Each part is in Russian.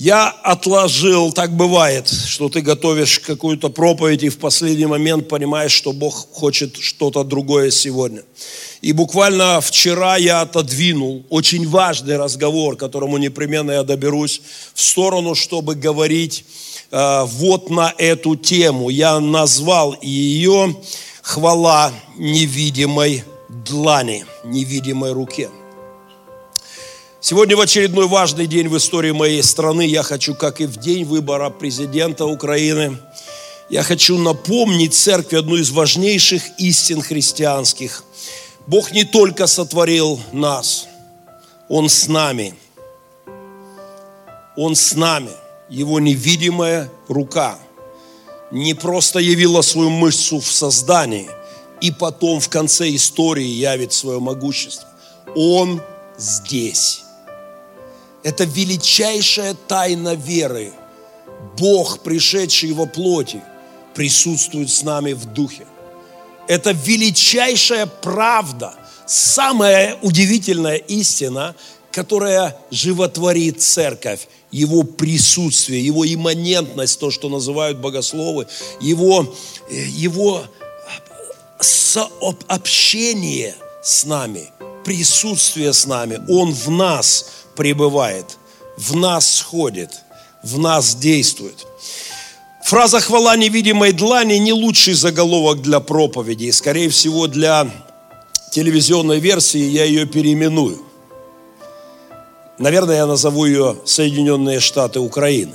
Я отложил, так бывает, что ты готовишь какую-то проповедь и в последний момент понимаешь, что Бог хочет что-то другое сегодня. И буквально вчера я отодвинул очень важный разговор, к которому непременно я доберусь, в сторону, чтобы говорить вот на эту тему. Я назвал ее «Хвала невидимой длани, невидимой руке». Сегодня в очередной важный день в истории моей страны я хочу, как и в день выбора президента Украины, я хочу напомнить церкви одну из важнейших истин христианских. Бог не только сотворил нас, Он с нами. Он с нами. Его невидимая рука не просто явила свою мышцу в создании и потом в конце истории явит свое могущество. Он здесь. Это величайшая тайна веры. Бог, пришедший во плоти, присутствует с нами в духе. Это величайшая правда, самая удивительная истина, которая животворит церковь. Его присутствие, его имманентность, то, что называют богословы, его сообщение с нами, присутствие с нами. Он в нас пребывает, в нас сходит, в нас действует. Фраза «хвала невидимой длани» не лучший заголовок для проповеди. Скорее всего, для телевизионной версии я ее переименую. Наверное, я назову ее «Соединенные Штаты Украины».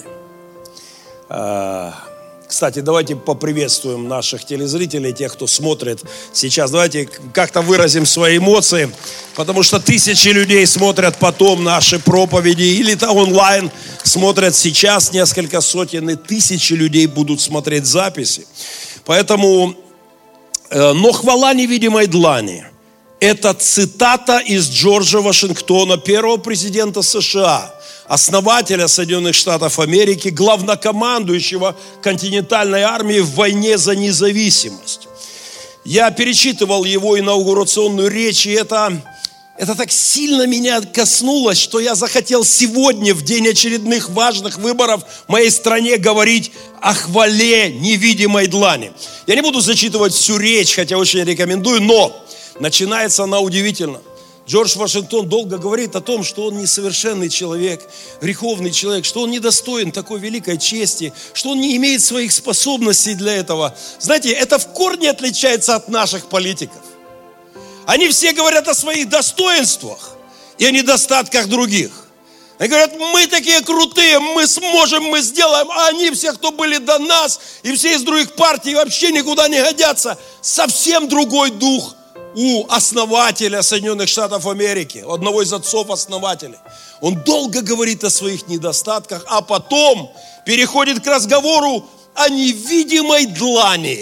Кстати, давайте поприветствуем наших телезрителей, тех, кто смотрит сейчас. Давайте как-то выразим свои эмоции, потому что тысячи людей смотрят потом наши проповеди, или онлайн смотрят сейчас, несколько сотен и тысячи людей будут смотреть записи. Поэтому, но хвала невидимой длани. Это цитата из Джорджа Вашингтона, первого президента США, основателя Соединенных Штатов Америки, главнокомандующего континентальной армией в войне за независимость. Я перечитывал его инаугурационную речь, и это так сильно меня коснулось, что я захотел сегодня, в день очередных важных выборов в моей стране, говорить о хвале невидимой длани. Я не буду зачитывать всю речь, хотя очень рекомендую, но начинается она удивительно. Джордж Вашингтон долго говорит о том, что он несовершенный человек, греховный человек, что он недостоин такой великой чести, что он не имеет своих способностей для этого. Знаете, это в корне отличается от наших политиков. Они все говорят о своих достоинствах и о недостатках других. Они говорят, мы такие крутые, мы сможем, мы сделаем, а они все, кто были до нас, и все из других партий вообще никуда не годятся. Совсем другой дух у основателя Соединенных Штатов Америки, у одного из отцов-основателей. Он долго говорит о своих недостатках, а потом переходит к разговору о невидимой длани.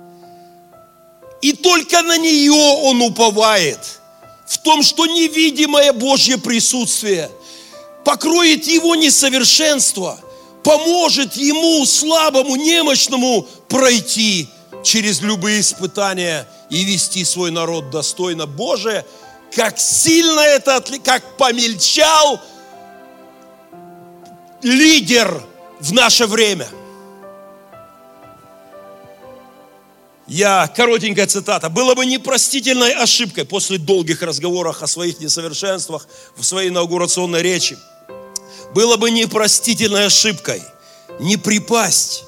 И только на нее он уповает, в том, что невидимое Божье присутствие покроет его несовершенство, поможет ему, слабому, немощному, пройти через любые испытания и вести свой народ достойно. Боже, как сильно это, как помельчал лидер в наше время. Коротенькая цитата. Было бы непростительной ошибкой после долгих разговоров о своих несовершенствах в своей инаугурационной речи. Было бы непростительной ошибкой не припасть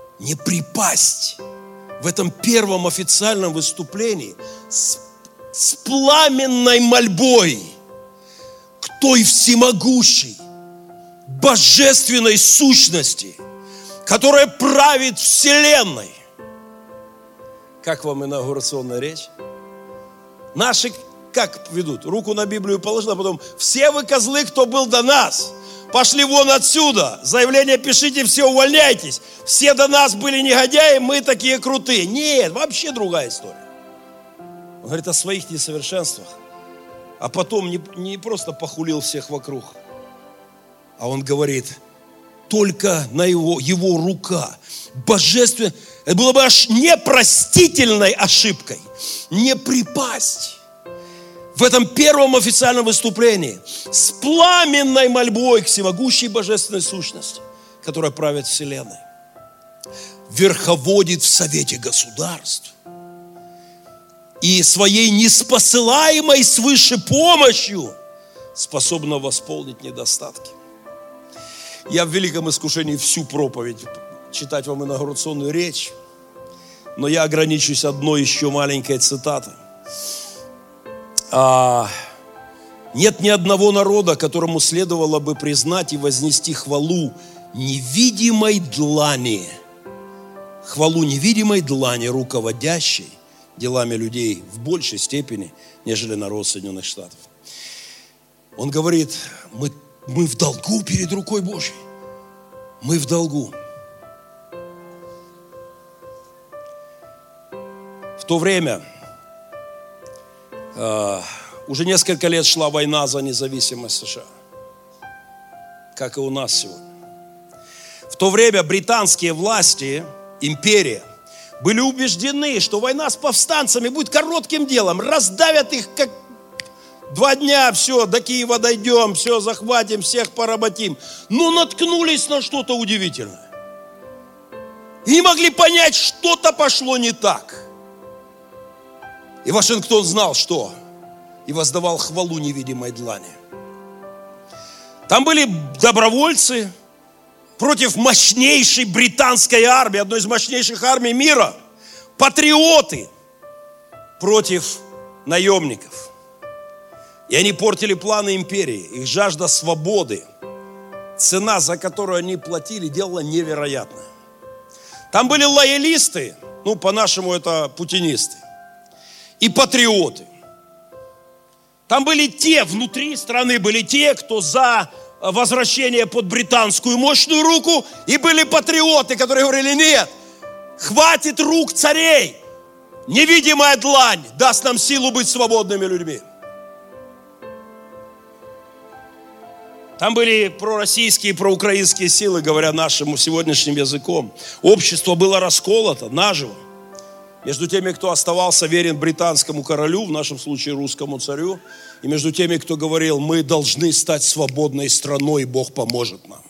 в этом первом официальном выступлении с пламенной мольбой к той всемогущей, божественной сущности, которая правит вселенной. Как вам инаугурационная речь? Наши как ведут? Руку на Библию положили, а потом все вы козлы, кто был до нас, пошли вон отсюда. Заявление пишите, все увольняйтесь. Все до нас были негодяи, мы такие крутые. Нет, вообще другая история. Он говорит о своих несовершенствах. А потом не просто похулил всех вокруг, а он говорит, только на его рука, божественная. Это было бы аж непростительной ошибкой не припасть в этом первом официальном выступлении с пламенной мольбой к всемогущей божественной сущности, которая правит вселенной, верховодит в Совете государств и своей неспосылаемой свыше помощью способна восполнить недостатки. Я в великом искушении всю проповедь читать вам инаугурационную речь, но я ограничусь одной еще маленькой цитатой. Нет ни одного народа, которому следовало бы признать и вознести хвалу невидимой длани, руководящей делами людей в большей степени, нежели народ Соединенных Штатов. Он говорит, мы в долгу перед рукой Божьей. Мы в долгу. В то время уже несколько лет шла война за независимость США, как и у нас сегодня. В то время британские власти, империя, были убеждены, что война с повстанцами будет коротким делом, раздавят их как 2 дня, все, до Киева дойдем, все, захватим, всех поработим. Но наткнулись на что-то удивительное. И не могли понять, что-то пошло не так. И Вашингтон знал, что, и воздавал хвалу невидимой длани. Там были добровольцы против мощнейшей британской армии, одной из мощнейших армий мира, патриоты против наемников. И они портили планы империи, их жажда свободы, цена, за которую они платили, делала невероятное. Там были лоялисты, по-нашему это путинисты, и патриоты. Там были внутри страны были те, кто за возвращение под британскую мощную руку, и были патриоты, которые говорили, нет, хватит рук царей, невидимая длань даст нам силу быть свободными людьми. Там были пророссийские, проукраинские силы, говоря нашим сегодняшним языком. Общество было расколото наживо между теми, кто оставался верен британскому королю, в нашем случае русскому царю, и между теми, кто говорил, мы должны стать свободной страной, и Бог поможет нам.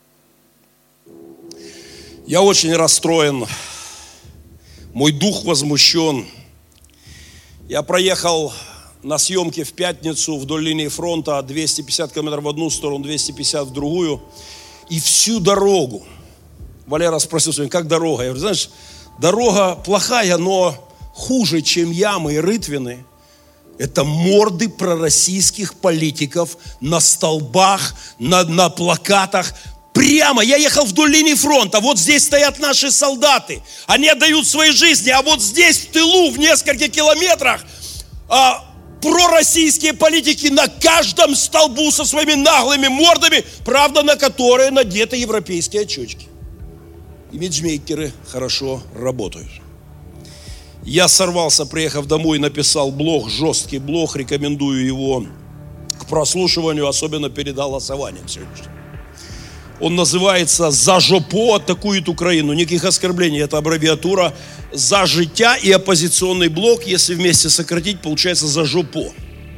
Я очень расстроен, мой дух возмущен. Я проехал на съемке в пятницу вдоль линии фронта 250 километров в одну сторону, 250 в другую, и всю дорогу. Валера спросил сегодня, как дорога? Я говорю, знаешь, дорога плохая, но хуже, чем ямы и рытвины. Это морды пророссийских политиков на столбах, на плакатах. Прямо, я ехал вдоль линии фронта, вот здесь стоят наши солдаты. Они отдают свои жизни, а вот здесь в тылу, в нескольких километрах, пророссийские политики на каждом столбу со своими наглыми мордами, правда, на которые надеты европейские очечки. Имиджмейкеры хорошо работают. Я сорвался, приехав домой, написал блог, жесткий блог, рекомендую его к прослушиванию, особенно перед голосованием сегодняшним. Он называется «За жопо атакует Украину». Никаких оскорблений, это аббревиатура «За життя» и оппозиционный блок, если вместе сократить, получается «За жопо».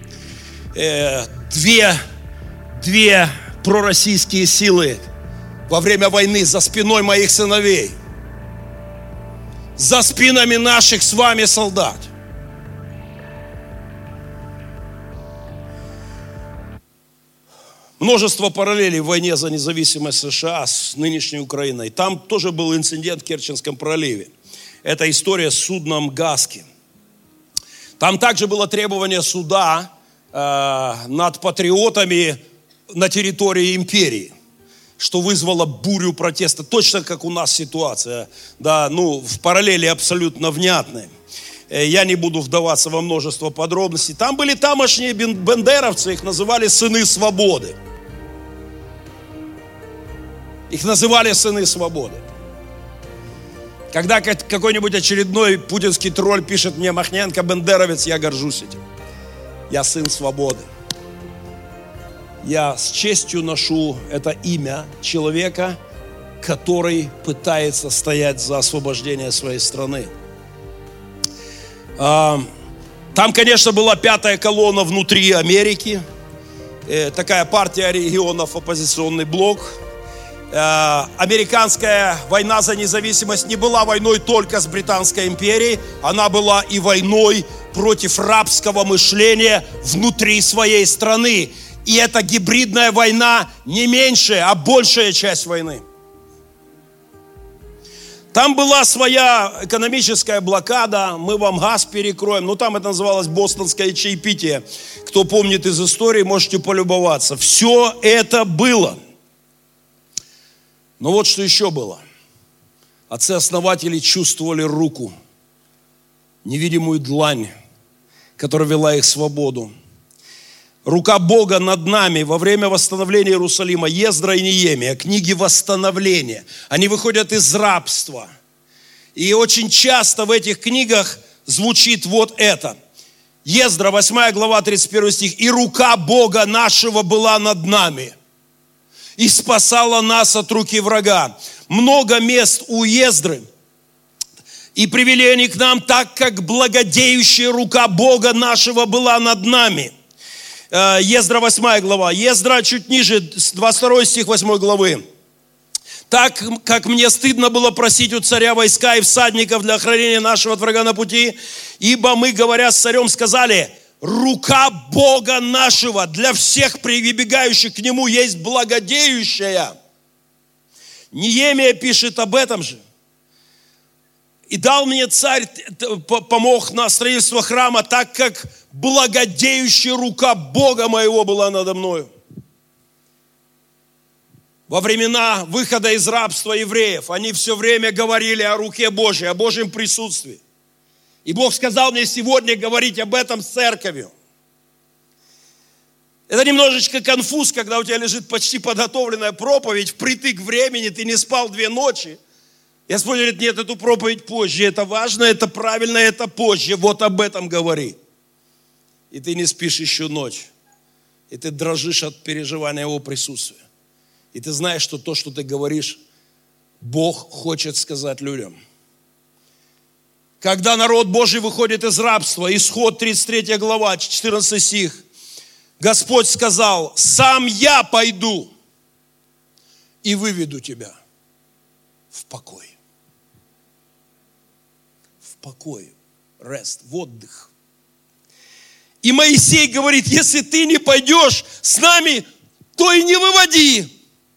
Две пророссийские силы во время войны за спиной моих сыновей, за спинами наших с вами солдат. Множество параллелей в войне за независимость США с нынешней Украиной. Там тоже был инцидент в Керченском проливе. Это история с судном «Гаски». Там также было требование суда над патриотами на территории империи, что вызвало бурю протеста. Точно как у нас ситуация. Да, в параллели абсолютно внятные. Я не буду вдаваться во множество подробностей. Там были тамошние бендеровцы, их называли «сыны свободы». Их называли «сыны свободы». Когда какой-нибудь очередной путинский тролль пишет мне «Махненко бендеровец», я горжусь этим. Я сын свободы. Я с честью ношу это имя человека, который пытается стоять за освобождение своей страны. Там, конечно, была пятая колонна внутри Америки. Такая партия регионов, оппозиционный блок. Американская война за независимость не была войной только с Британской империей. Она была и войной против рабского мышления внутри своей страны. И эта гибридная война не меньшая, а большая часть войны. Там была своя экономическая блокада, мы вам газ перекроем. Ну, там это называлось бостонское чаепитие. Кто помнит из истории, можете полюбоваться. Все это было. Но вот что еще было. Отцы-основатели чувствовали руку, невидимую длань, которая вела их в свободу. Рука Бога над нами во время восстановления Иерусалима, Ездра и Неемия, книги восстановления. Они выходят из рабства. И очень часто в этих книгах звучит вот это. Ездра, 8 глава, 31 стих. «И рука Бога нашего была над нами, и спасала нас от руки врага». Много мест у Ездры. «И привели они к нам так, как благодеющая рука Бога нашего была над нами». Ездра 8 глава. Ездра чуть ниже, 22 стих 8 главы. «Так, как мне стыдно было просить у царя войска и всадников для охранения нашего от врага на пути, ибо мы, говоря с царем, сказали, рука Бога нашего для всех прибегающих к нему есть благодеющая». Неемия пишет об этом же. «И дал мне царь, помог на строительство храма, так как благодеющая рука Бога моего была надо мною». Во времена выхода из рабства евреев они все время говорили о руке Божьей, о Божьем присутствии. И Бог сказал мне сегодня говорить об этом с церковью. Это немножечко конфуз, когда у тебя лежит почти подготовленная проповедь, впритык времени, ты не спал 2 ночи. Господь говорит, нет, эту проповедь позже, это важно, это правильно, это позже, вот об этом говори. И ты не спишь еще ночь, и ты дрожишь от переживания Его присутствия. И ты знаешь, что то, что ты говоришь, Бог хочет сказать людям. Когда народ Божий выходит из рабства, Исход 33 глава, 14 стих, Господь сказал, сам я пойду и выведу тебя в покой. В покой, rest, в отдых. И Моисей говорит, если ты не пойдешь с нами, то и не выводи.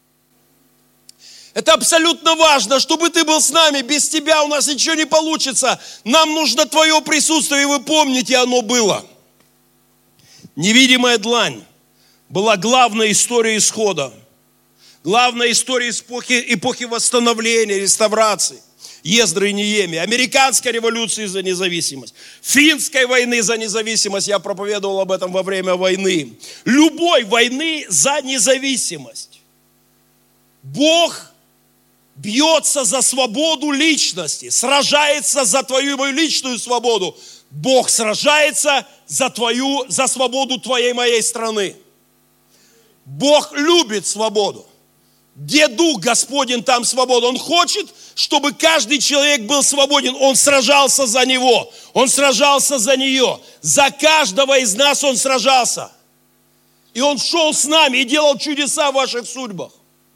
Это абсолютно важно, чтобы ты был с нами. Без тебя у нас ничего не получится. Нам нужно твое присутствие, и вы помните, оно было. Невидимая длань была главной историей исхода. Главная история эпохи восстановления, реставрации. Ездры и Неемии. Американской революции за независимость. Финской войны за независимость. Я проповедовал об этом во время войны. Любой войны за независимость. Бог бьется за свободу личности, сражается за твою и мою личную свободу. Бог сражается за свободу твоей и моей страны. Бог любит свободу. Где Дух Господень, там свобода. Он хочет, чтобы каждый человек был свободен. Он сражался за него. Он сражался за нее. За каждого из нас Он сражался. И Он шел с нами и делал чудеса в ваших судьбах.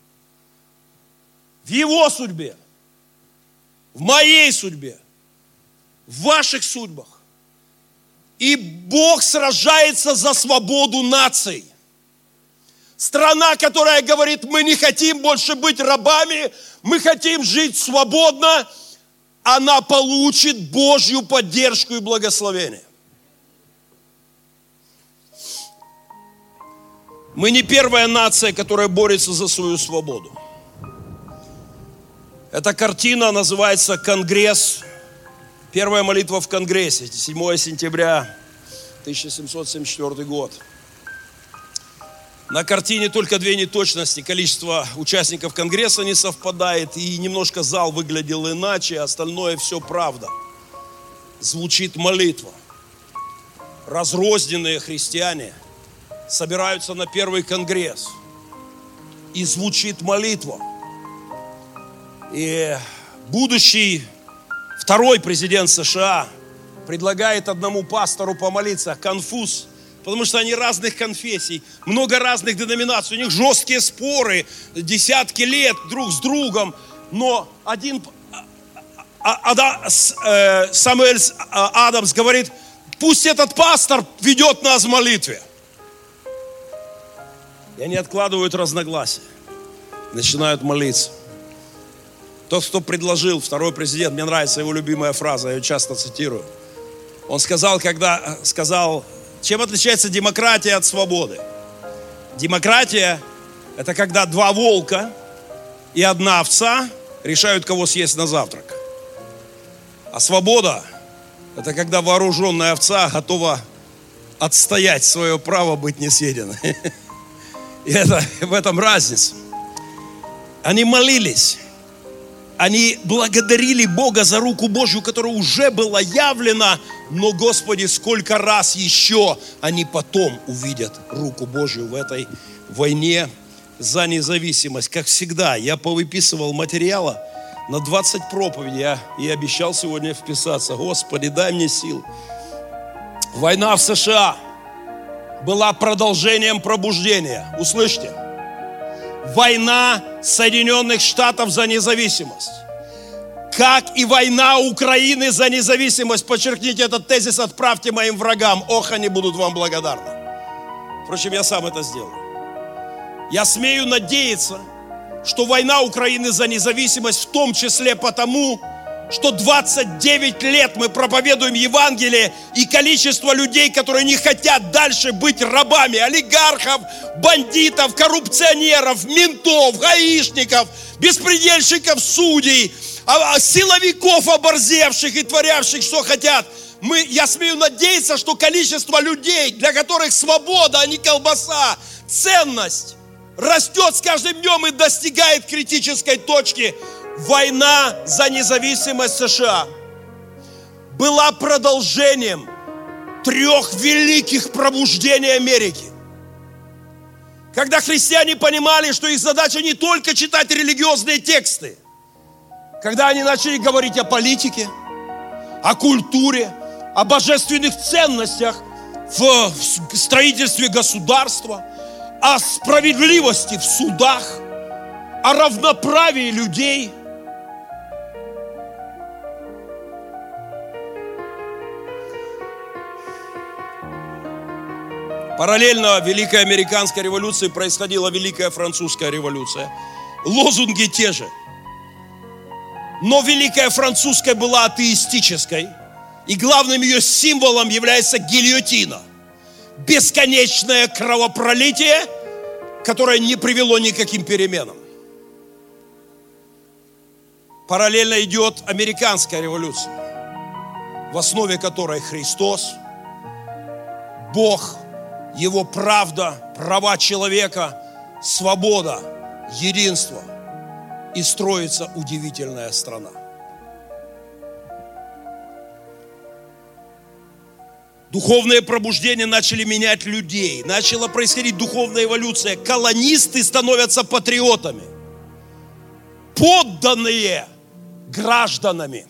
В Его судьбе, в моей судьбе, в ваших судьбах. И Бог сражается за свободу наций. Страна, которая говорит, мы не хотим больше быть рабами, мы хотим жить свободно, она получит Божью поддержку и благословение. Мы не первая нация, которая борется за свою свободу. Эта картина называется «Конгресс». Первая молитва в Конгрессе, 7 сентября 1774 год. На картине только 2 неточности. Количество участников Конгресса не совпадает, и немножко зал выглядел иначе, остальное все правда. Звучит молитва. Разрозненные христиане собираются на первый Конгресс, и звучит молитва. И будущий 2-й президент США предлагает одному пастору помолиться, конфуз, потому что они разных конфессий, много разных деноминаций, у них жесткие споры, десятки лет друг с другом, но Самуэль Адамс говорит, пусть этот пастор ведет нас в молитве. И они откладывают разногласия, начинают молиться. Тот, кто предложил, второй президент, мне нравится его любимая фраза, я ее часто цитирую. Он сказал, чем отличается демократия от свободы? Демократия – это когда два волка и одна овца решают, кого съесть на завтрак. А свобода – это когда вооруженная овца готова отстоять свое право быть несъеденной. И в этом разница. Они молились. Они благодарили Бога за руку Божью, которая уже была явлена, но, Господи, сколько раз еще они потом увидят руку Божью в этой войне за независимость. Как всегда, я повыписывал материала на 20 проповедей и обещал сегодня вписаться. Господи, дай мне сил. Война в США была продолжением пробуждения. Услышьте. Война Соединенных Штатов за независимость. Как и война Украины за независимость. Подчеркните этот тезис, отправьте моим врагам. Ох, они будут вам благодарны. Впрочем, я сам это сделал. Я смею надеяться, что война Украины за независимость в том числе потому, что 29 лет мы проповедуем Евангелие, и количество людей, которые не хотят дальше быть рабами, олигархов, бандитов, коррупционеров, ментов, гаишников, беспредельщиков, судей, силовиков оборзевших и творявших, что хотят. Я смею надеяться, что количество людей, для которых свобода, а не колбаса, ценность, растет с каждым днем и достигает критической точки. Война за независимость США была продолжением 3 великих пробуждений Америки. Когда христиане понимали, что их задача не только читать религиозные тексты, когда они начали говорить о политике, о культуре, о божественных ценностях в строительстве государства, о справедливости в судах, о равноправии людей. Параллельно Великой Американской революции происходила Великая Французская революция. Лозунги те же. Но Великая Французская была атеистической. И главным ее символом является гильотина. Бесконечное кровопролитие, которое не привело ни к каким переменам. Параллельно идет Американская революция, в основе которой Христос, Бог, Его правда, права человека, свобода, единство. И строится удивительная страна. Духовные пробуждения начали менять людей. Начала происходить духовная эволюция. Колонисты становятся патриотами. Подданные гражданами.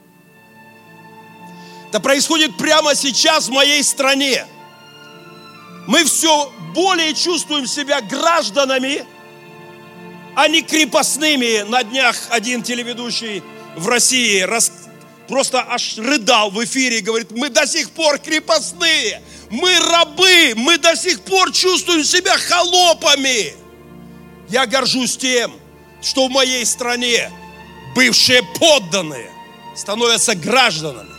Это происходит прямо сейчас в моей стране. Мы все более чувствуем себя гражданами, а не крепостными. На днях один телеведущий в России просто аж рыдал в эфире и говорит: мы до сих пор крепостные, мы рабы, мы до сих пор чувствуем себя холопами. Я горжусь тем, что в моей стране бывшие подданные становятся гражданами.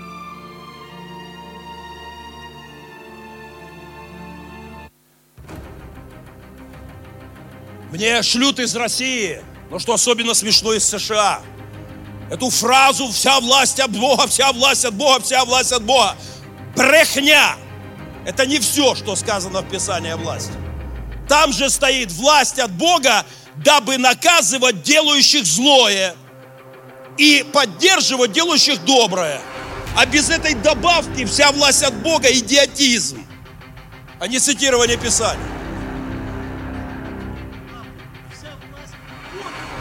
Мне шлют из России, но что особенно смешно, из США, эту фразу: вся власть от Бога, вся власть от Бога, вся власть от Бога. Брехня. Это не все, что сказано в Писании о власти. Там же стоит: власть от Бога, дабы наказывать делающих злое и поддерживать делающих доброе. А без этой добавки вся власть от Бога — идиотизм, а не цитирование Писания.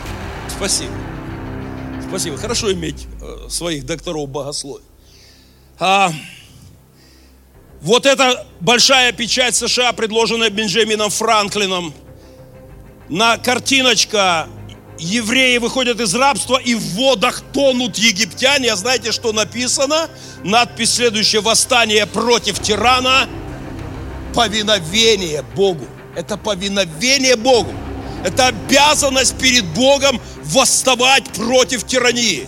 Спасибо. Спасибо. Хорошо иметь своих докторов богословия. Вот эта большая печать США, предложенная Бенджамином Франклином, на картиночка: евреи выходят из рабства, и в водах тонут египтяне. А знаете, что написано? Надпись следующая: восстание против тирана, повиновение Богу. Это повиновение Богу. Это обязанность перед Богом восставать против тирании.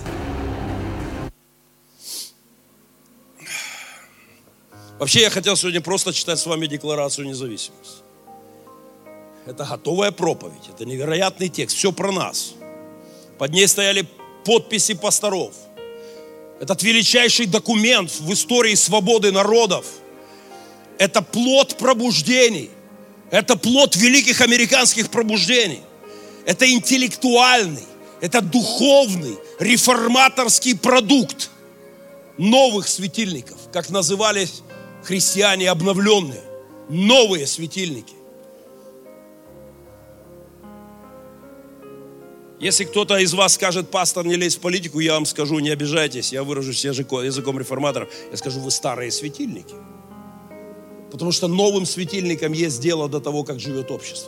Вообще, я хотел сегодня просто читать с вами Декларацию независимости. Это готовая проповедь, это невероятный текст, все про нас. Под ней стояли подписи пасторов. Этот величайший документ в истории свободы народов. Это плод пробуждений. Это плод великих американских пробуждений. Это интеллектуальный, это духовный, реформаторский продукт новых светильников, как назывались христиане обновленные. Новые светильники. Если кто-то из вас скажет: пастор, не лезь в политику, я вам скажу: не обижайтесь, я выражусь языком реформаторов. Я скажу: вы старые светильники. Потому что новым светильникам есть дело до того, как живет общество.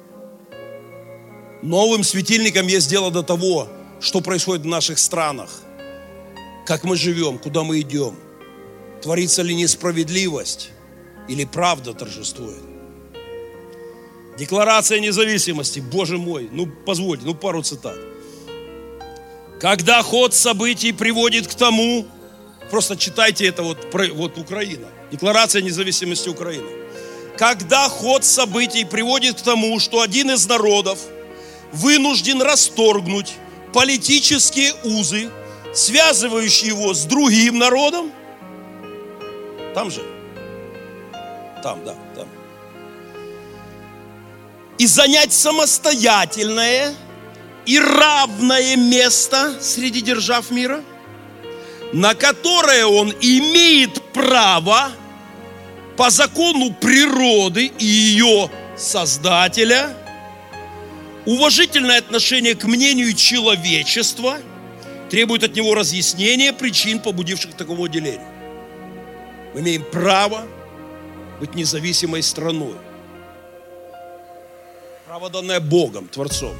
Новым светильникам есть дело до того, что происходит в наших странах, как мы живем, куда мы идем. Творится ли несправедливость или правда торжествует? Декларация независимости, Боже мой, позвольте, пару цитат. Когда ход событий приводит к тому, просто читайте это вот Украина, Декларация независимости Украины. Когда ход событий приводит к тому, что один из народов вынужден расторгнуть политические узы, связывающие его с другим народом, там, и занять самостоятельное и равное место среди держав мира, на которое он имеет право по закону природы и ее создателя, уважительное отношение к мнению человечества требует от него разъяснения причин, побудивших к такому делению. Мы имеем право быть независимой страной. Право, данное Богом, Творцом.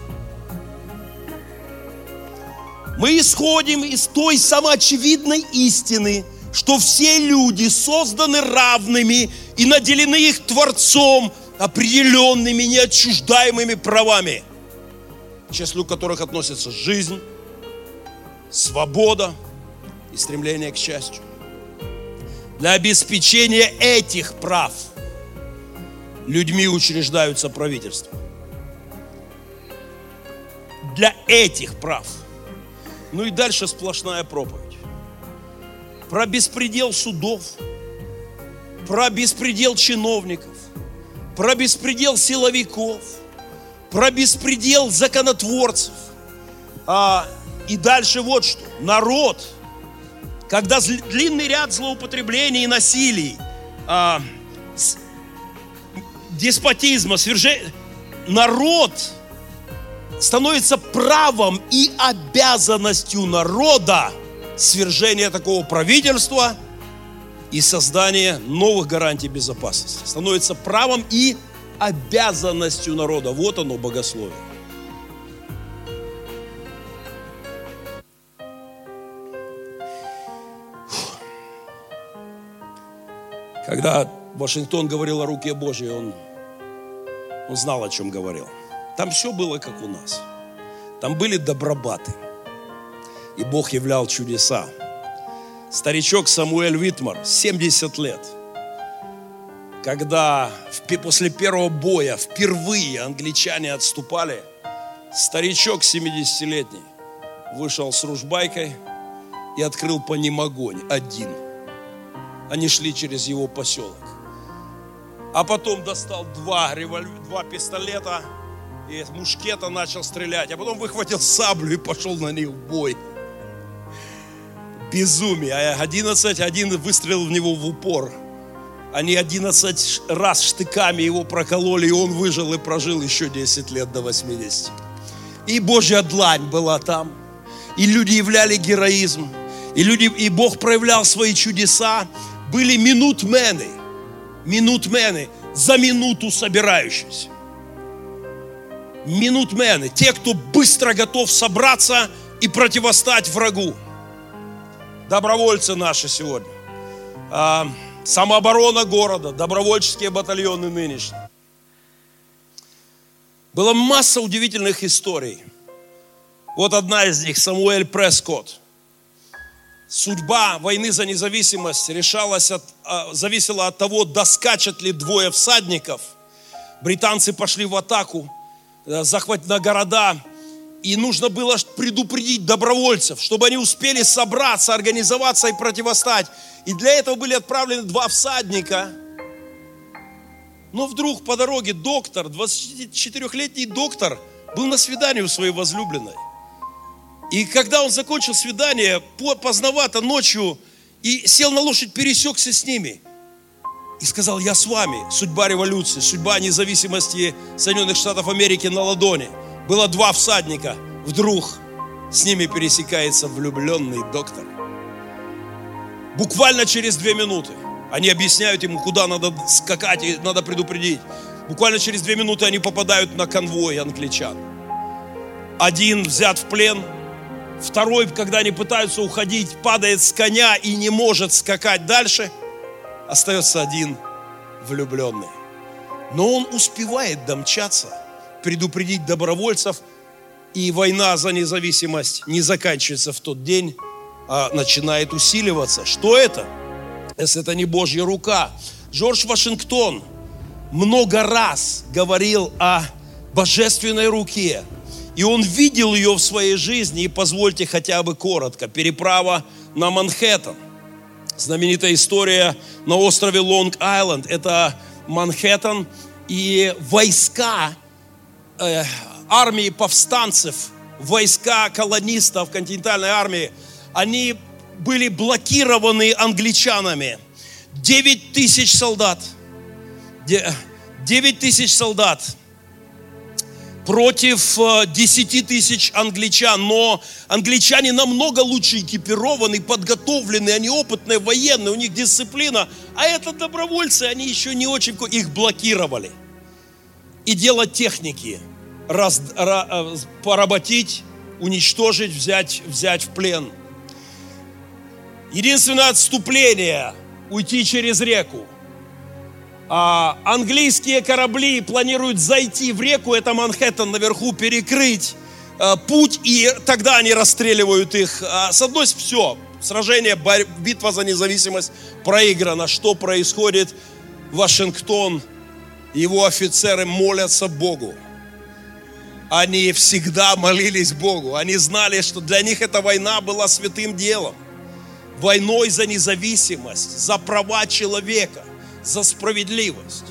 Мы исходим из той самоочевидной истины, что все люди созданы равными и наделены их Творцом определенными, неотчуждаемыми правами, к числу которых относятся жизнь, свобода и стремление к счастью. Для обеспечения этих прав людьми учреждаются правительства. Для этих прав. И дальше сплошная проповедь. Про беспредел судов, про беспредел чиновников, про беспредел силовиков, про беспредел законотворцев. И дальше вот что. Народ, когда длинный ряд злоупотреблений и насилий, деспотизма, народ становится правом и обязанностью народа свержения такого правительства и создания новых гарантий безопасности. Становится правом и обязанностью народа. Вот оно, богословие. Когда Вашингтон говорил о руке Божьей, он знал, о чем говорил. Там все было, как у нас. Там были добробаты. И Бог являл чудеса. Старичок Самуэль Витмар, 70 лет, когда после первого боя впервые англичане отступали, старичок 70-летний вышел с ружбайкой и открыл по ним огонь один. Они шли через его поселок. А потом достал два пистолета и из мушкета начал стрелять. А потом выхватил саблю и пошел на них в бой. Безумие. Один выстрелил в него в упор. Они 11 раз штыками его прокололи, и он выжил и прожил еще 10 лет до 80. И Божья длань была там. И люди являли героизм. И Бог проявлял свои чудеса. Были минутмены, за минуту собирающиеся. Минутмены, те, кто быстро готов собраться и противостать врагу. Добровольцы наши сегодня. Самооборона города, добровольческие батальоны нынешние. Была масса удивительных историй. Вот одна из них, Самуэль Прескотт. Судьба войны за независимость зависела от того, доскачет ли двое всадников. Британцы пошли в атаку, захват на города, и нужно было предупредить добровольцев, чтобы они успели собраться, организоваться и противостать. И для этого были отправлены 2 всадника. Но вдруг по дороге доктор, 24-летний доктор, был на свидании у своей возлюбленной. И когда он закончил свидание, поздновато ночью, и сел на лошадь, пересекся с ними. И сказал: я с вами, судьба революции, судьба независимости Соединенных Штатов Америки на ладони. Было 2 всадника, вдруг с ними пересекается влюбленный доктор. Буквально через 2 минуты они объясняют ему, куда надо скакать и надо предупредить. Буквально через 2 минуты они попадают на конвой англичан. Один взят в плен, второй, когда они пытаются уходить, падает с коня и не может скакать дальше. Остается один влюбленный. Но он успевает домчаться, предупредить добровольцев, и война за независимость не заканчивается в тот день, а начинает усиливаться. Что это? Если это не Божья рука. Джордж Вашингтон много раз говорил о божественной руке, и он видел ее в своей жизни. И позвольте хотя бы коротко. Переправа на Манхэттен. Знаменитая история на острове Лонг-Айленд. Это Манхэттен, и войска армии повстанцев, войска колонистов континентальной армии, они были блокированы англичанами. 9 тысяч солдат. 9 тысяч солдат против 10 тысяч англичан. Но англичане намного лучше экипированы, подготовлены, они опытные военные, у них дисциплина. А это добровольцы, они еще не очень, их блокировали. И дело техники. Поработить, уничтожить, взять в плен. Единственное отступление – уйти через реку. Английские корабли планируют зайти в реку, это Манхэттен, наверху перекрыть путь, и тогда они расстреливают их. С одной стороны, все, сражение, битва за независимость проиграна. Что происходит? Вашингтон, его офицеры молятся Богу. Они всегда молились Богу. Они знали, что для них эта война была святым делом. Войной за независимость, за права человека, за справедливость.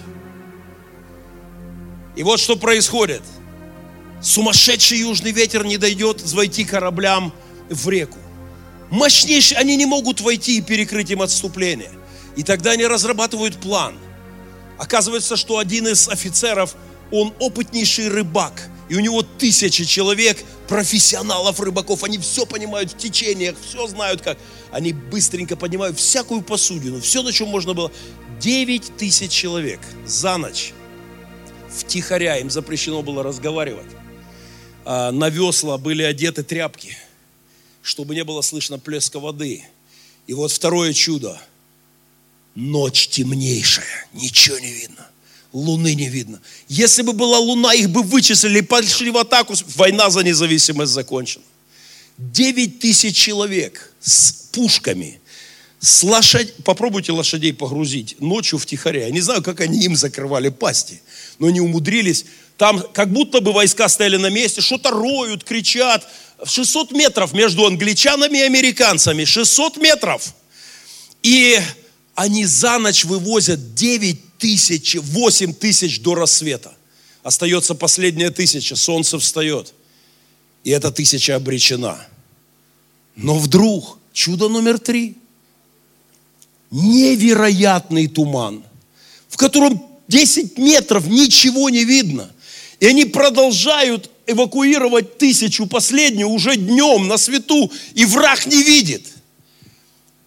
И вот что происходит. Сумасшедший южный ветер не дает войти кораблям в реку. Мощнейшие, они не могут войти и перекрыть им отступление. И тогда они разрабатывают план. Оказывается, что один из офицеров, он опытнейший рыбак. И у него 1000 человек, профессионалов рыбаков. Они все понимают в течениях, все знают как. Они быстренько поднимают всякую посудину, все, на чем можно было. 9 тысяч человек за ночь втихаря, им запрещено было разговаривать. На весла были одеты тряпки, чтобы не было слышно плеска воды. И вот второе чудо. Ночь темнейшая, ничего не видно. Луны не видно. Если бы была луна, их бы вычислили, пошли в атаку, война за независимость закончена. 9 тысяч человек с пушками, попробуйте лошадей погрузить ночью втихаря. Я не знаю, как они им закрывали пасти, но они умудрились. Там как будто бы войска стояли на месте, что-то роют, кричат. 600 метров между англичанами и американцами. 600 метров. И они за ночь вывозят 9 тысяч, 8 тысяч до рассвета. Остается последняя 1000, солнце встает. И эта 1000 обречена. Но вдруг, чудо номер 3. Невероятный туман, в котором 10 метров ничего не видно. И они продолжают эвакуировать 1000 последнюю уже днем на свету, и враг не видит.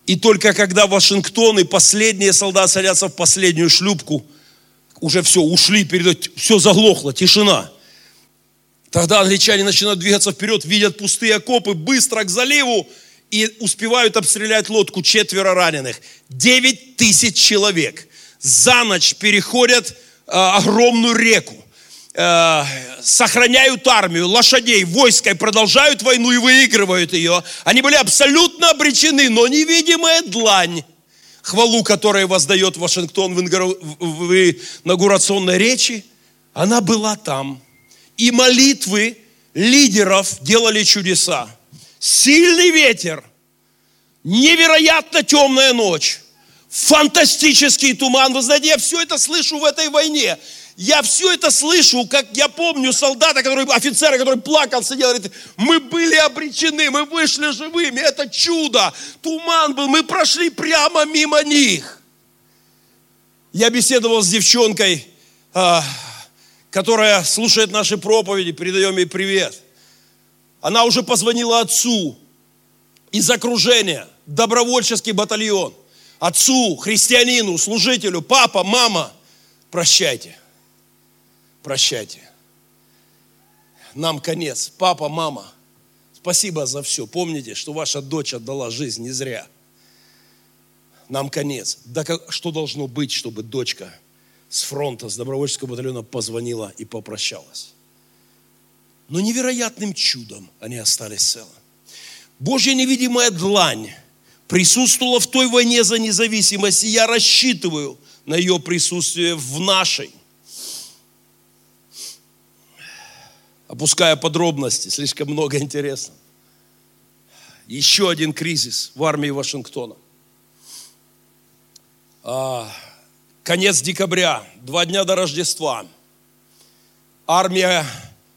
И только когда Вашингтон и последние солдаты садятся в последнюю шлюпку, уже все, ушли, все заглохло, тишина. Тогда англичане начинают двигаться вперед, видят пустые окопы, быстро к заливу и успевают обстрелять лодку, 4 раненых. 9000 человек за ночь переходят огромную реку, сохраняют армию, лошадей, войско и продолжают войну и выигрывают ее. Они были абсолютно обречены, но невидимая длань, хвалу которой воздает Вашингтон в инаугурационной речи, она была там. И молитвы лидеров делали чудеса. Сильный ветер, невероятно темная ночь, фантастический туман. Вы знаете, я все это слышу в этой войне. Я все это слышу, как я помню солдата, офицера, который плакал, сидел, говорит, мы были обречены, мы вышли живыми, это чудо. Туман был, мы прошли прямо мимо них. Я беседовал с девчонкой, которая слушает наши проповеди, передаем ей привет. Она уже позвонила отцу из окружения, добровольческий батальон. Отцу, христианину, служителю, папа, мама, прощайте. Прощайте. Нам конец. Папа, мама, спасибо за все. Помните, что ваша дочь отдала жизнь не зря. Нам конец. Да что должно быть, чтобы дочка с фронта, с добровольческого батальона позвонила и попрощалась? Но невероятным чудом они остались целы. Божья невидимая длань присутствовала в той войне за независимость, и я рассчитываю на ее присутствие в нашей. Опуская подробности, слишком много интересного. Еще один кризис в армии Вашингтона. Конец декабря, 2 дня до Рождества. Армия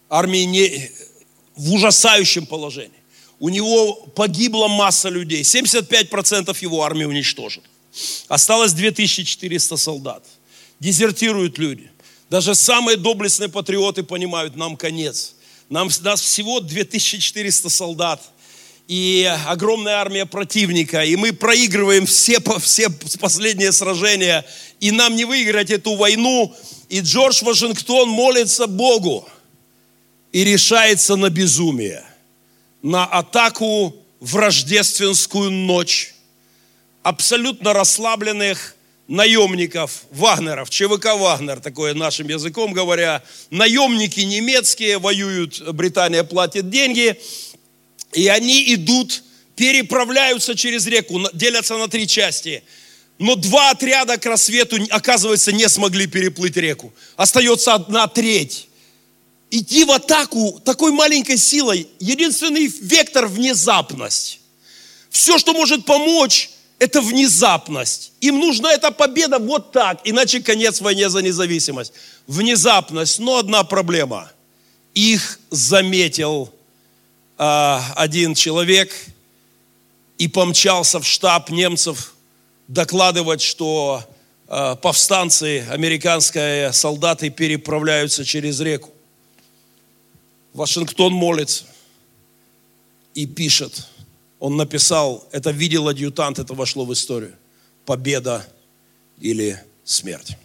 в ужасающем положении. У него погибла масса людей. 75% его армии уничтожено. Осталось 2400 солдат. Дезертируют люди. Даже самые доблестные патриоты понимают, нам конец. Нас всего 2400 солдат. И огромная армия противника. И мы проигрываем все последние сражения. И нам не выиграть эту войну. И Джордж Вашингтон молится Богу. И решается на безумие. На атаку в рождественскую ночь. Абсолютно расслабленных наемников, вагнеров, ЧВК Вагнер, такое нашим языком говоря. Наемники немецкие воюют, Британия платит деньги. И они идут, переправляются через реку, делятся на 3 части. Но 2 отряда к рассвету, оказывается, не смогли переплыть реку. Остается 1/3. Идти в атаку такой маленькой силой, единственный вектор – внезапность. Все, что может помочь, это внезапность. Им нужна эта победа вот так, иначе конец войне за независимость. Внезапность, но одна проблема. Их заметил один человек и помчался в штаб немцев докладывать, что повстанцы, американские солдаты переправляются через реку. Вашингтон молится и пишет. Он написал, это видел адъютант, это вошло в историю. Победа или смерть.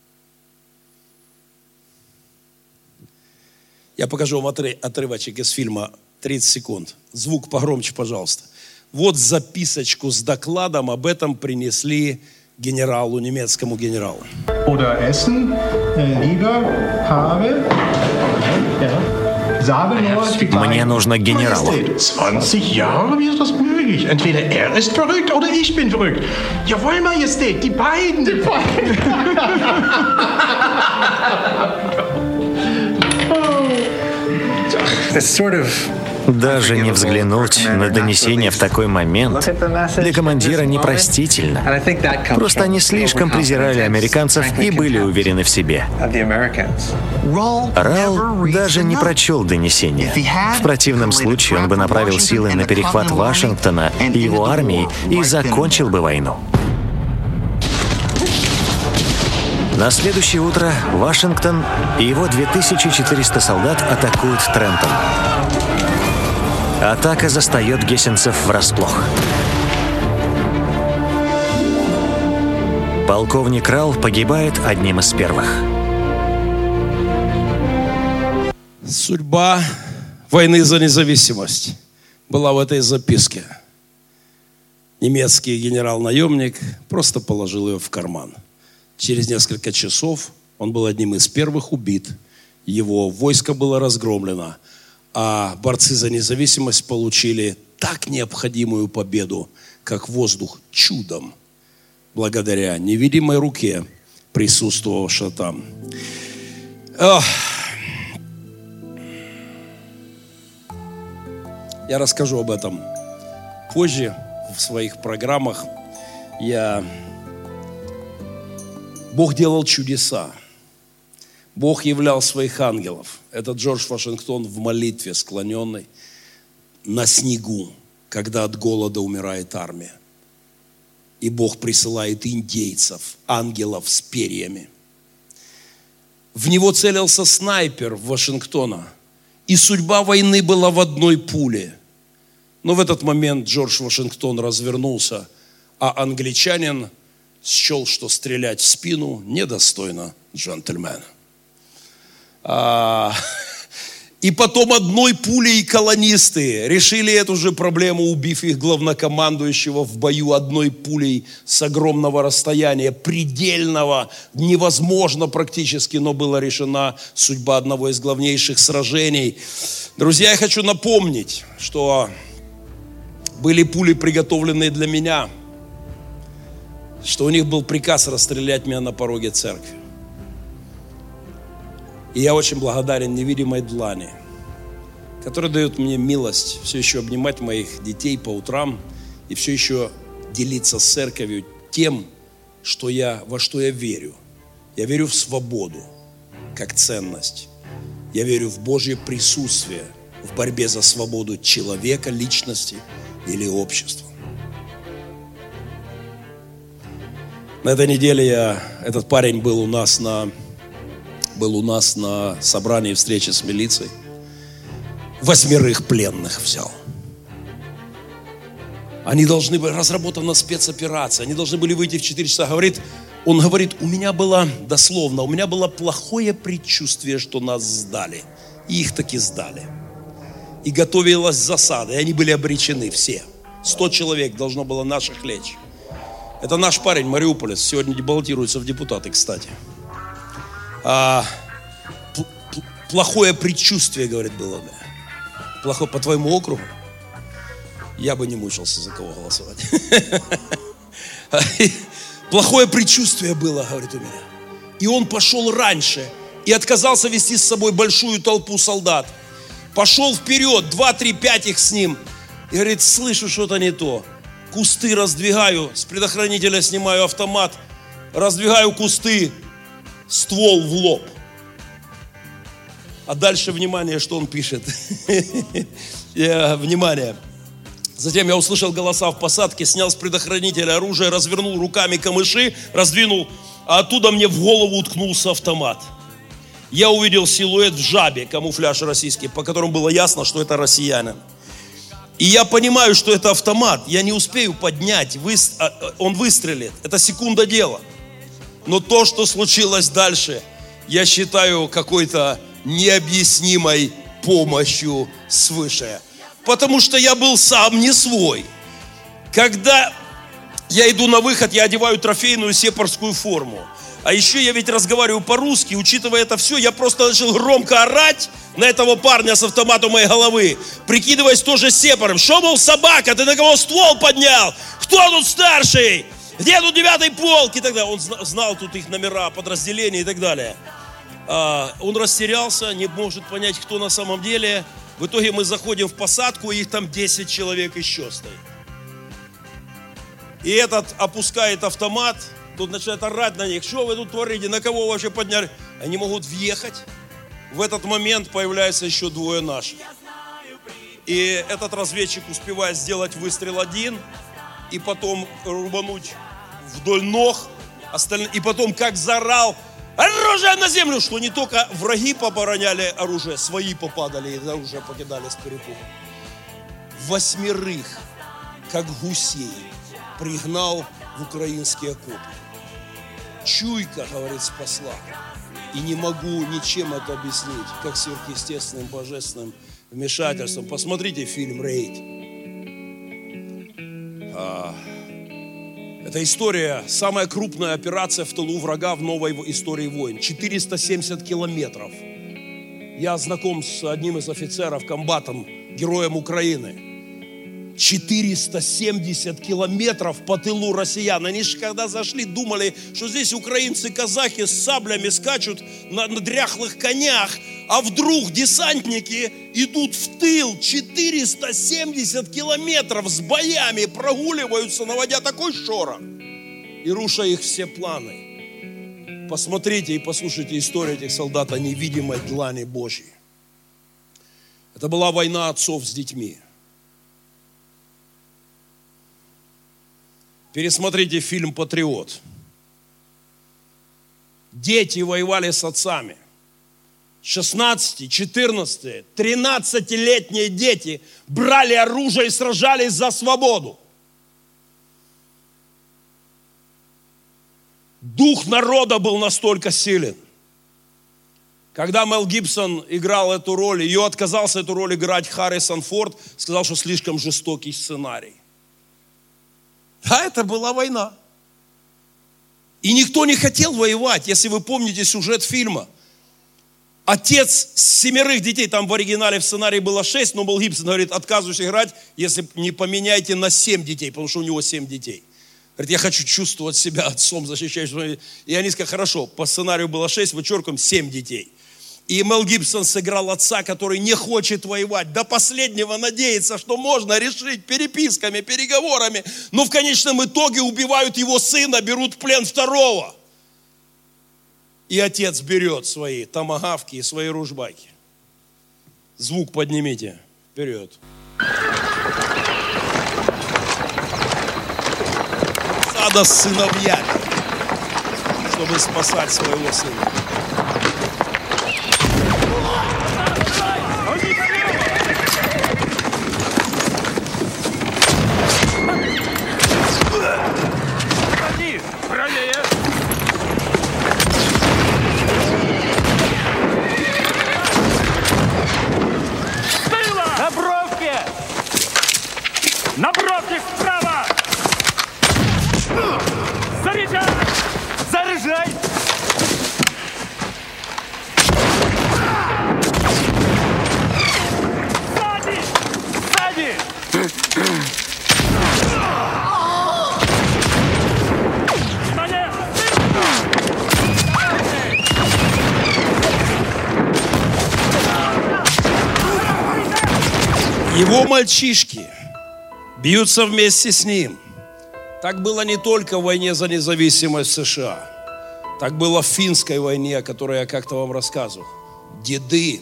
Я покажу вам отрывочек из фильма 30 секунд. Звук погромче, пожалуйста. Вот записочку с докладом об этом принесли генералу, немецкому генералу. Oder essen, lieber habe, Мне нужно генерала. 20 Jahre, wie ist das möglich? Entweder er ist verrückt oder ich bin verrückt. Jawohl, Majestät, die beiden. It's sort of Даже не взглянуть на донесение в такой момент для командира непростительно. Просто они слишком презирали американцев и были уверены в себе. Ралл даже не прочел донесение. В противном случае он бы направил силы на перехват Вашингтона и его армии и закончил бы войну. На следующее утро Вашингтон и его 2400 солдат атакуют Трентон. Атака застает гессенцев врасплох. Полковник Рал погибает одним из первых. Судьба войны за независимость была в этой записке. Немецкий генерал-наемник просто положил ее в карман. Через несколько часов он был одним из первых убит. Его войско было разгромлено, а борцы за независимость получили так необходимую победу, как воздух, чудом, благодаря невидимой руке, присутствовавшей там. Я расскажу об этом позже в своих программах. Бог делал чудеса. Бог являл своих ангелов. Это Джордж Вашингтон в молитве склоненный на снегу, когда от голода умирает армия. И Бог присылает индейцев, ангелов с перьями. В него целился снайпер Вашингтона. И судьба войны была в одной пуле. Но в этот момент Джордж Вашингтон развернулся, а англичанин счел, что стрелять в спину недостойно джентльмена. И потом одной пулей колонисты решили эту же проблему, убив их главнокомандующего в бою одной пулей с огромного расстояния, предельного, невозможно практически, но была решена судьба одного из главнейших сражений. Друзья, я хочу напомнить, что были пули, приготовленные для меня, что у них был приказ расстрелять меня на пороге церкви. И я очень благодарен невидимой длани, которая дает мне милость все еще обнимать моих детей по утрам и все еще делиться с церковью тем, во что я верю. Я верю в свободу как ценность. Я верю в Божье присутствие в борьбе за свободу человека, личности или общества. На этой неделе этот парень был у нас на собрании встречи с милицией. 8 пленных взял. Они должны были, разработана спецоперация, они должны были выйти в 4 часа. Он говорит, у меня было плохое предчувствие, что нас сдали. И их таки сдали. И готовилась засада, и они были обречены все. 100 человек должно было наших лечь. Это наш парень, мариуполец, сегодня баллотируется в депутаты, кстати. Плохое предчувствие, говорит, было. Плохое по твоему округу? Я бы не мучился, за кого голосовать. Плохое предчувствие было, говорит, у меня. И он пошел раньше и отказался вести с собой большую толпу солдат. Пошел вперед, 2, 3, 5 их с ним. И говорит, слышу, что-то не то. Кусты раздвигаю, с предохранителя снимаю автомат, раздвигаю кусты, ствол в лоб. А дальше, внимание, что он пишет. Внимание. Затем я услышал голоса в посадке, снял с предохранителя оружие, развернул руками камыши, раздвинул, а оттуда мне в голову уткнулся автомат. Я увидел силуэт в жабе, камуфляж российский, по которому было ясно, что это россиянин. И я понимаю, что это автомат, я не успею поднять, он выстрелит, это секунда дела. Но то, что случилось дальше, я считаю какой-то необъяснимой помощью свыше. Потому что я был сам не свой. Когда я иду на выход, я одеваю трофейную сепарскую форму. А еще я ведь разговариваю по-русски, учитывая это все, я просто начал громко орать на этого парня с автоматом моей головы, прикидываясь тоже сепаром. Что, мол, собака, ты на кого ствол поднял? Кто тут старший? Где тут 9-й полк? И так далее. Он знал тут их номера, подразделения и так далее. Он растерялся, не может понять, кто на самом деле. В итоге мы заходим в посадку, и их там 10 человек еще стоит. И этот опускает автомат, тут начинает орать на них. Что вы тут творите, на кого вообще подняли? Они могут въехать. В этот момент появляется еще 2 наших. И этот разведчик успевает сделать выстрел 1, и потом рубануть вдоль ног, и потом как заорал: оружие на землю! Что не только враги побороняли оружие, свои попадали и оружие покидали с перепугу. 8, как гусей, пригнал в украинские окопы. чуйка, говорит, спасла. И не могу ничем это объяснить, как сверхъестественным, божественным вмешательством. Посмотрите фильм «Рейд». Это история, самая крупная операция в тылу врага в новой истории войн. 470 километров. Я знаком с одним из офицеров, комбатом, героем Украины. 470 километров по тылу россиян. Они же когда зашли, думали, что здесь украинцы-казахи с саблями скачут на дряхлых конях, а вдруг десантники идут в тыл 470 километров с боями, прогуливаются, наводя такой шорох и руша их все планы. Посмотрите и послушайте историю этих солдат о невидимой длани Божьей. Это была война отцов с детьми. Пересмотрите фильм «Патриот». Дети воевали с отцами. 16, 14, 13-летние дети брали оружие и сражались за свободу. Дух народа был настолько силен. Когда Мел Гибсон играл эту роль, ее отказался эту роль играть Харрисон Форд, сказал, что слишком жестокий сценарий. А это была война. И никто не хотел воевать, если вы помните сюжет фильма. Отец 7 детей, там в оригинале в сценарии было 6, но Мел Гибсон говорит, отказываюсь играть, если не поменяйте на 7 детей, потому что у него 7 детей. Говорит, я хочу чувствовать себя отцом, защищающим. И они сказали, хорошо, по сценарию было 6, вычеркиваем 7 детей. И Мел Гибсон сыграл отца, который не хочет воевать, до последнего надеется, что можно решить переписками, переговорами, но в конечном итоге убивают его сына, берут в плен второго. И отец берет свои томагавки и свои ружбайки. Звук поднимите. Вперед. Сада с сыновьями, чтобы спасать своего сына. На бровке справа! Заряжай! Заряжай! Сзади! Сзади! Его мальчишки бьются вместе с ним. Так было не только в войне за независимость США. Так было в финской войне, о которой я как-то вам рассказывал. Деды,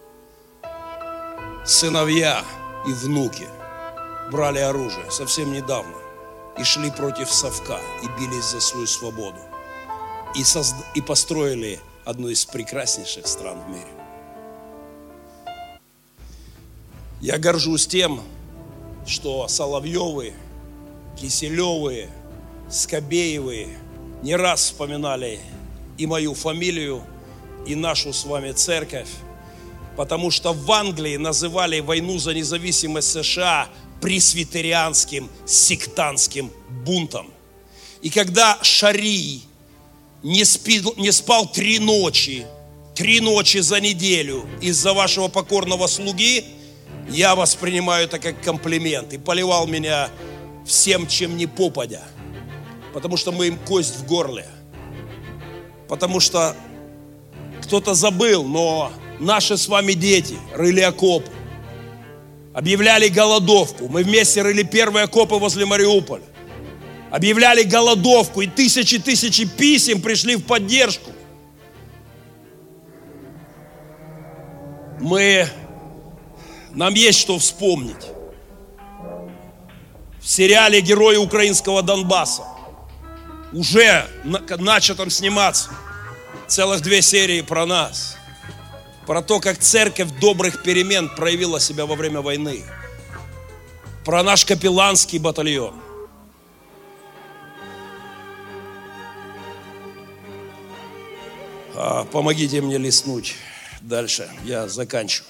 сыновья и внуки брали оружие совсем недавно и шли против совка и бились за свою свободу. И построили одну из прекраснейших стран в мире. Я горжусь тем, что Соловьевы, Киселевы, Скобеевы не раз вспоминали и мою фамилию, и нашу с вами церковь, потому что в Англии называли войну за независимость США пресвитерианским сектантским бунтом. И когда Шарий не спал 3 ночи за неделю из-за вашего покорного слуги, я воспринимаю это как комплимент. И поливал меня всем, чем не попадя. Потому что мы им кость в горле. Потому что кто-то забыл, но наши с вами дети рыли окопы. Объявляли голодовку. Мы вместе рыли первые окопы возле Мариуполя. Объявляли голодовку. И тысячи писем пришли в поддержку. Нам есть что вспомнить. В сериале «Герои украинского Донбасса» уже начатом сниматься целых 2 серии про нас. Про то, как церковь добрых перемен проявила себя во время войны. Про наш капелланский батальон. Помогите мне листнуть дальше, я заканчиваю.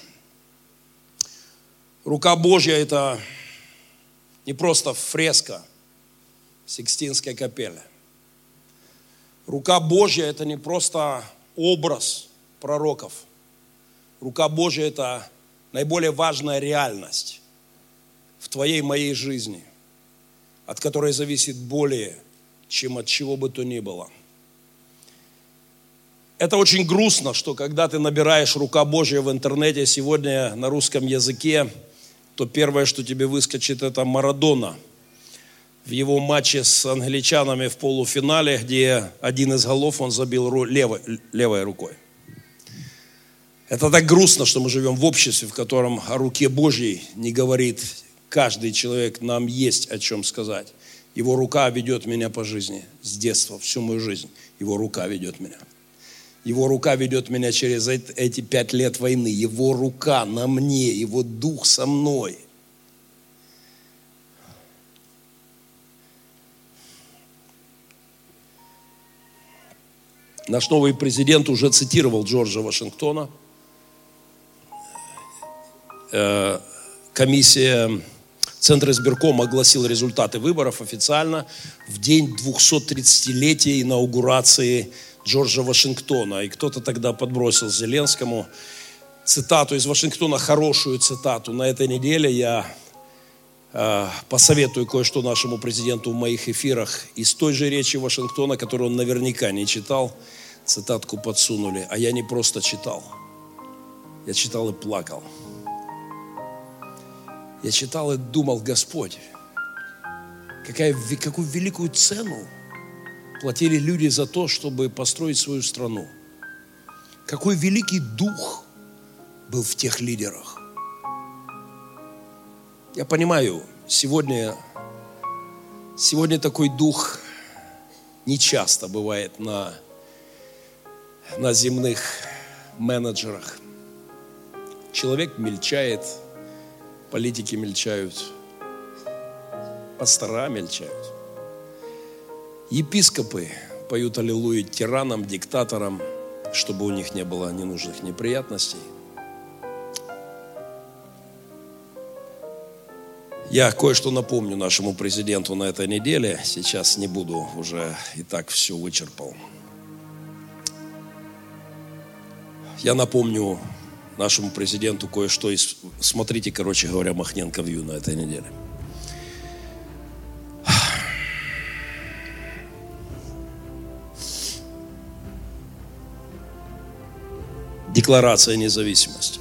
Рука Божья – это не просто фреска Сикстинской капеллы. Рука Божья – это не просто образ пророков. Рука Божья – это наиболее важная реальность в твоей и моей жизни, от которой зависит более, чем от чего бы то ни было. Это очень грустно, что когда ты набираешь «Рука Божья» в интернете сегодня на русском языке, то первое, что тебе выскочит, это Марадона в его матче с англичанами в полуфинале, где один из голов он забил левой рукой. Это так грустно, что мы живем в обществе, в котором о руке Божьей не говорит каждый человек. Нам есть о чем сказать. Его рука ведет меня по жизни с детства, всю мою жизнь. Его рука ведет меня. Его рука ведет меня через эти 5 лет войны. Его рука на мне, Его дух со мной. Наш новый президент уже цитировал Джорджа Вашингтона. Комиссия Центра избиркома огласила результаты выборов официально в день 230-летия инаугурации Джорджа Вашингтона. И кто-то тогда подбросил Зеленскому цитату из Вашингтона, хорошую цитату. На этой неделе я посоветую кое-что нашему президенту в моих эфирах. Из той же речи Вашингтона, которую он наверняка не читал, цитатку подсунули. А я не просто читал. Я читал и плакал. Я читал и думал: Господь, какую великую цену платили люди за то, чтобы построить свою страну. Какой великий дух был в тех лидерах. Я понимаю, сегодня такой дух не часто бывает на земных менеджерах. Человек мельчает, политики мельчают, пастора мельчают. Епископы поют аллилуйю тиранам, диктаторам, чтобы у них не было ненужных неприятностей. Я кое-что напомню нашему президенту на этой неделе. Сейчас не буду, уже и так все вычерпал. Я напомню нашему президенту кое-что. Смотрите, короче говоря, Махненко Вью на этой неделе. Декларация независимости.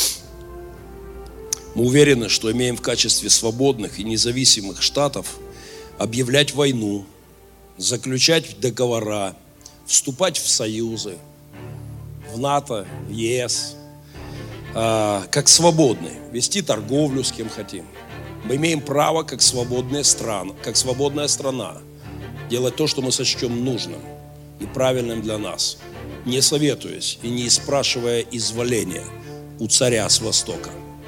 Мы уверены, что имеем в качестве свободных и независимых штатов объявлять войну, заключать договора, вступать в союзы, в НАТО, в ЕС, как свободные, вести торговлю с кем хотим. Мы имеем право, как свободная страна, делать то, что мы сочтем нужным и правильным для нас, не советуясь и не спрашивая изволения у царя с Востока.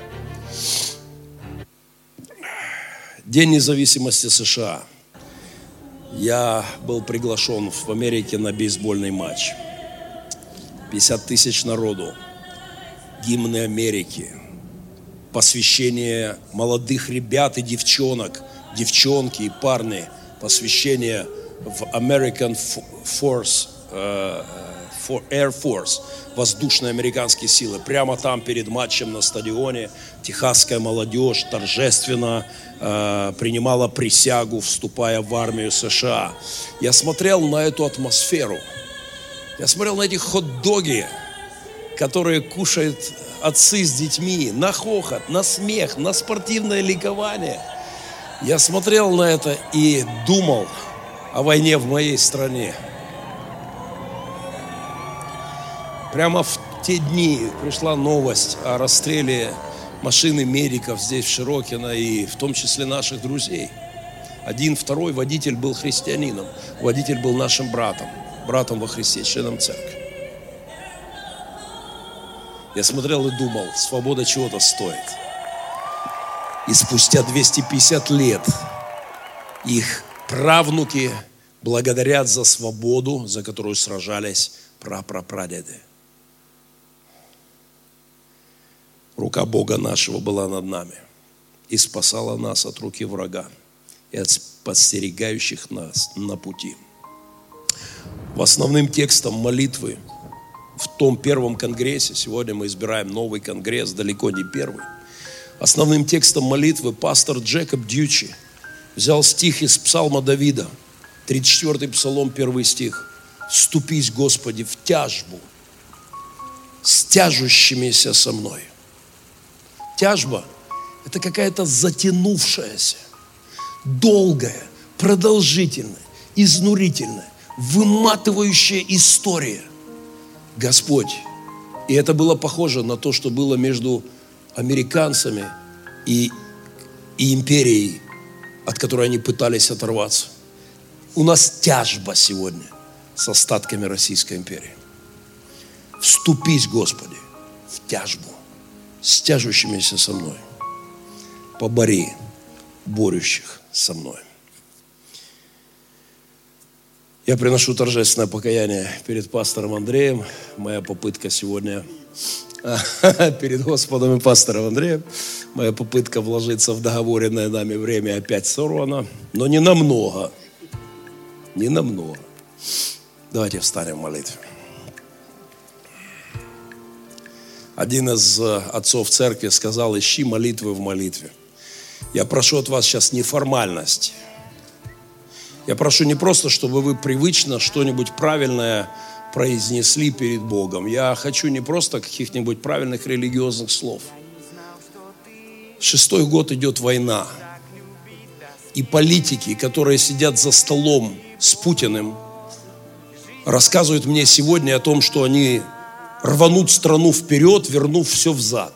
День независимости США. Я был приглашен в Америке на бейсбольный матч. 50 тысяч народу. Гимны Америки. Посвящение молодых ребят и девчонок. Девчонки и парни. Посвящение в American Force, Air Force. Воздушные американские силы. Прямо там перед матчем на стадионе техасская молодежь торжественно принимала присягу, вступая в армию США. Я смотрел на эту атмосферу. Я смотрел на эти хот-доги, которые кушают отцы с детьми, на хохот, на смех, на спортивное ликование. Я смотрел на это и думал о войне в моей стране. Прямо в те дни пришла новость о расстреле машины медиков здесь, в Широкино, и в том числе наших друзей. Второй водитель был христианином, водитель был нашим братом во Христе, членом церкви. Я смотрел и думал, свобода чего-то стоит. И спустя 250 лет их правнуки благодарят за свободу, за которую сражались прапрапрадеды. Рука Бога нашего была над нами и спасала нас от руки врага и от подстерегающих нас на пути. Основным текстом молитвы в том первом конгрессе, сегодня мы избираем новый конгресс, далеко не первый, основным текстом молитвы пастор Джекоб Дьючи взял стих из Псалма Давида, 34-й Псалом, 1 стих. «Вступись, Господи, в тяжбу с тяжущимися со мной». Тяжба – это какая-то затянувшаяся, долгая, продолжительная, изнурительная, выматывающая история. Господь, и это было похоже на то, что было между американцами и империей, от которой они пытались оторваться. У нас тяжба сегодня с остатками Российской империи. Вступись, Господи, в тяжбу с тяжущимися со мной. Побори борющих со мной. Я приношу торжественное покаяние перед пастором Андреем. Моя попытка сегодня перед Господом и пастором Андреем. Моя попытка вложиться в договоренное нами время опять сорвана, но не намного. Не намного. Давайте встанем в молитве. Один из отцов церкви сказал: ищи молитвы в молитве. Я прошу от вас сейчас не формальность. Я прошу не просто, чтобы вы привычно что-нибудь правильное произнесли перед Богом. Я хочу не просто каких-нибудь правильных религиозных слов. 6-й год идет война. И политики, которые сидят за столом с Путиным, рассказывают мне сегодня о том, что они рванут страну вперед, вернув все взад.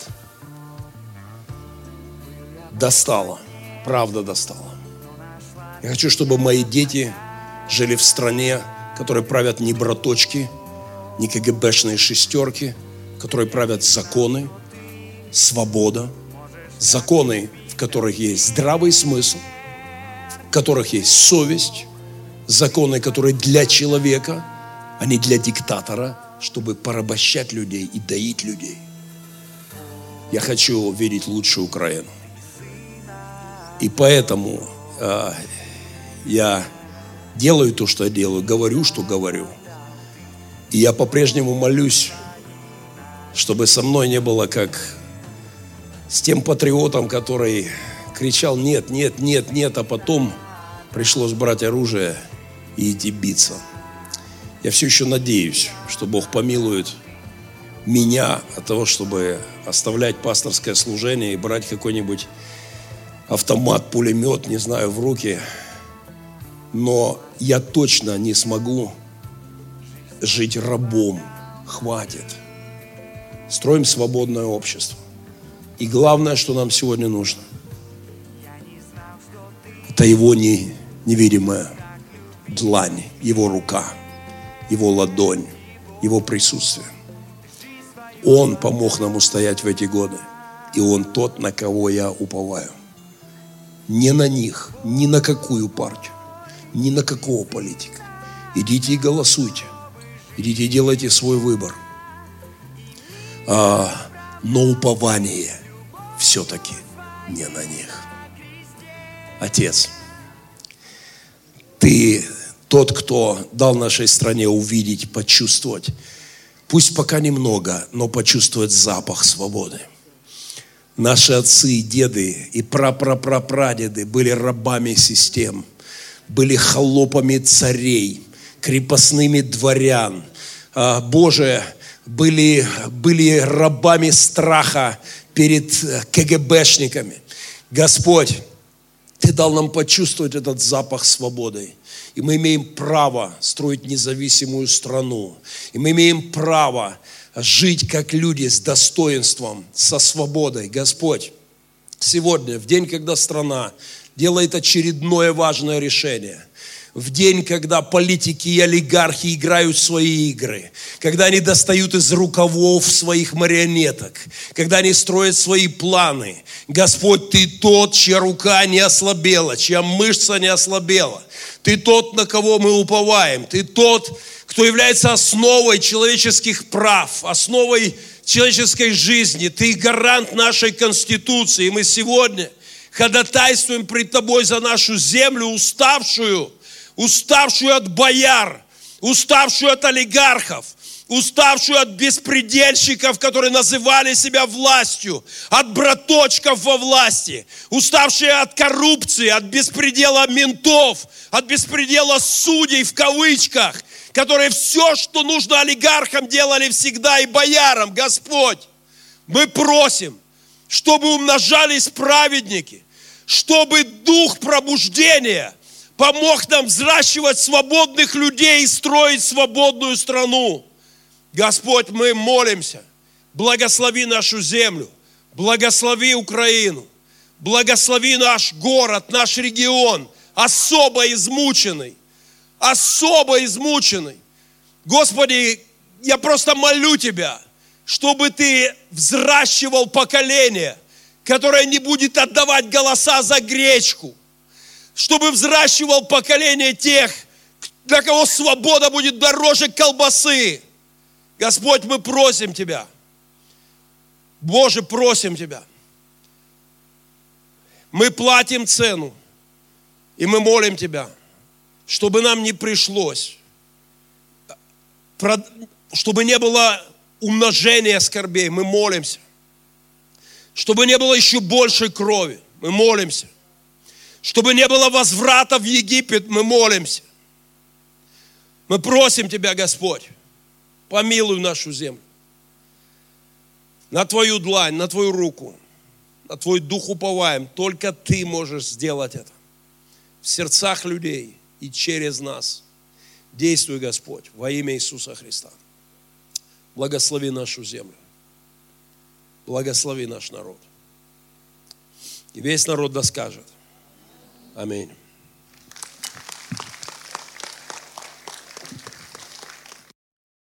Достало. Правда достало. Я хочу, чтобы мои дети жили в стране, которой правят не браточки, не КГБшные шестерки, которые правят законы, свобода, законы, в которых есть здравый смысл, в которых есть совесть, законы, которые для человека, а не для диктатора, чтобы порабощать людей и доить людей. Я хочу видеть лучшую Украину. И поэтому я делаю то, что я делаю, говорю, что говорю. И я по-прежнему молюсь, чтобы со мной не было как с тем патриотом, который кричал «нет, нет, нет, нет», а потом пришлось брать оружие и идти биться. Я все еще надеюсь, что Бог помилует меня от того, чтобы оставлять пасторское служение и брать какой-нибудь автомат, пулемет, не знаю, в руки. Но я точно не смогу жить рабом. Хватит. Строим свободное общество. И главное, что нам сегодня нужно, это Его невидимая длань, Его рука, Его ладонь, Его присутствие. Он помог нам устоять в эти годы. И Он тот, на кого я уповаю. Не на них, ни на какую партию, ни на какого политика. Идите и голосуйте. Идите и делайте свой выбор. Но упование все-таки не на них. Отец, Ты тот, кто дал нашей стране увидеть, почувствовать, пусть пока немного, но почувствовать запах свободы. Наши отцы и деды и прапрапрапрадеды были рабами систем, были холопами царей, крепостными дворян. Боже, были рабами страха перед КГБшниками. Господь, Ты дал нам почувствовать этот запах свободы. И мы имеем право строить независимую страну. И мы имеем право жить как люди с достоинством, со свободой. Господь, сегодня, в день, когда страна делает очередное важное решение, в день, когда политики и олигархи играют свои игры, когда они достают из рукавов своих марионеток, когда они строят свои планы. Господь, Ты тот, чья рука не ослабела, чья мышца не ослабела. Ты тот, на кого мы уповаем. Ты тот, кто является основой человеческих прав, основой человеческой жизни. Ты гарант нашей Конституции. И мы сегодня ходатайствуем пред Тобой за нашу землю, уставшую от бояр, уставшую от олигархов, уставшую от беспредельщиков, которые называли себя властью, от браточков во власти, уставшие от коррупции, от беспредела ментов, от беспредела судей в кавычках, которые все, что нужно олигархам, делали всегда и боярам. Господь, мы просим, чтобы умножались праведники, чтобы дух пробуждения помог нам взращивать свободных людей и строить свободную страну. Господь, мы молимся, благослови нашу землю, благослови Украину, благослови наш город, наш регион, особо измученный. Господи, я просто молю Тебя, чтобы Ты взращивал поколение, которое не будет отдавать голоса за гречку, чтобы взращивал поколение тех, для кого свобода будет дороже колбасы. Господь, мы просим Тебя, Боже, просим Тебя. Мы платим цену, и мы молим Тебя, чтобы нам не пришлось, чтобы не было умножения скорбей, мы молимся. Чтобы не было еще большей крови, мы молимся. Чтобы не было возврата в Египет, мы молимся. Мы просим Тебя, Господь, помилуй нашу землю. На Твою длань, на Твою руку, на Твой дух уповаем. Только Ты можешь сделать это. В сердцах людей и через нас. Действуй, Господь, во имя Иисуса Христа. Благослови нашу землю. Благослови наш народ. И весь народ да скажет. Аминь.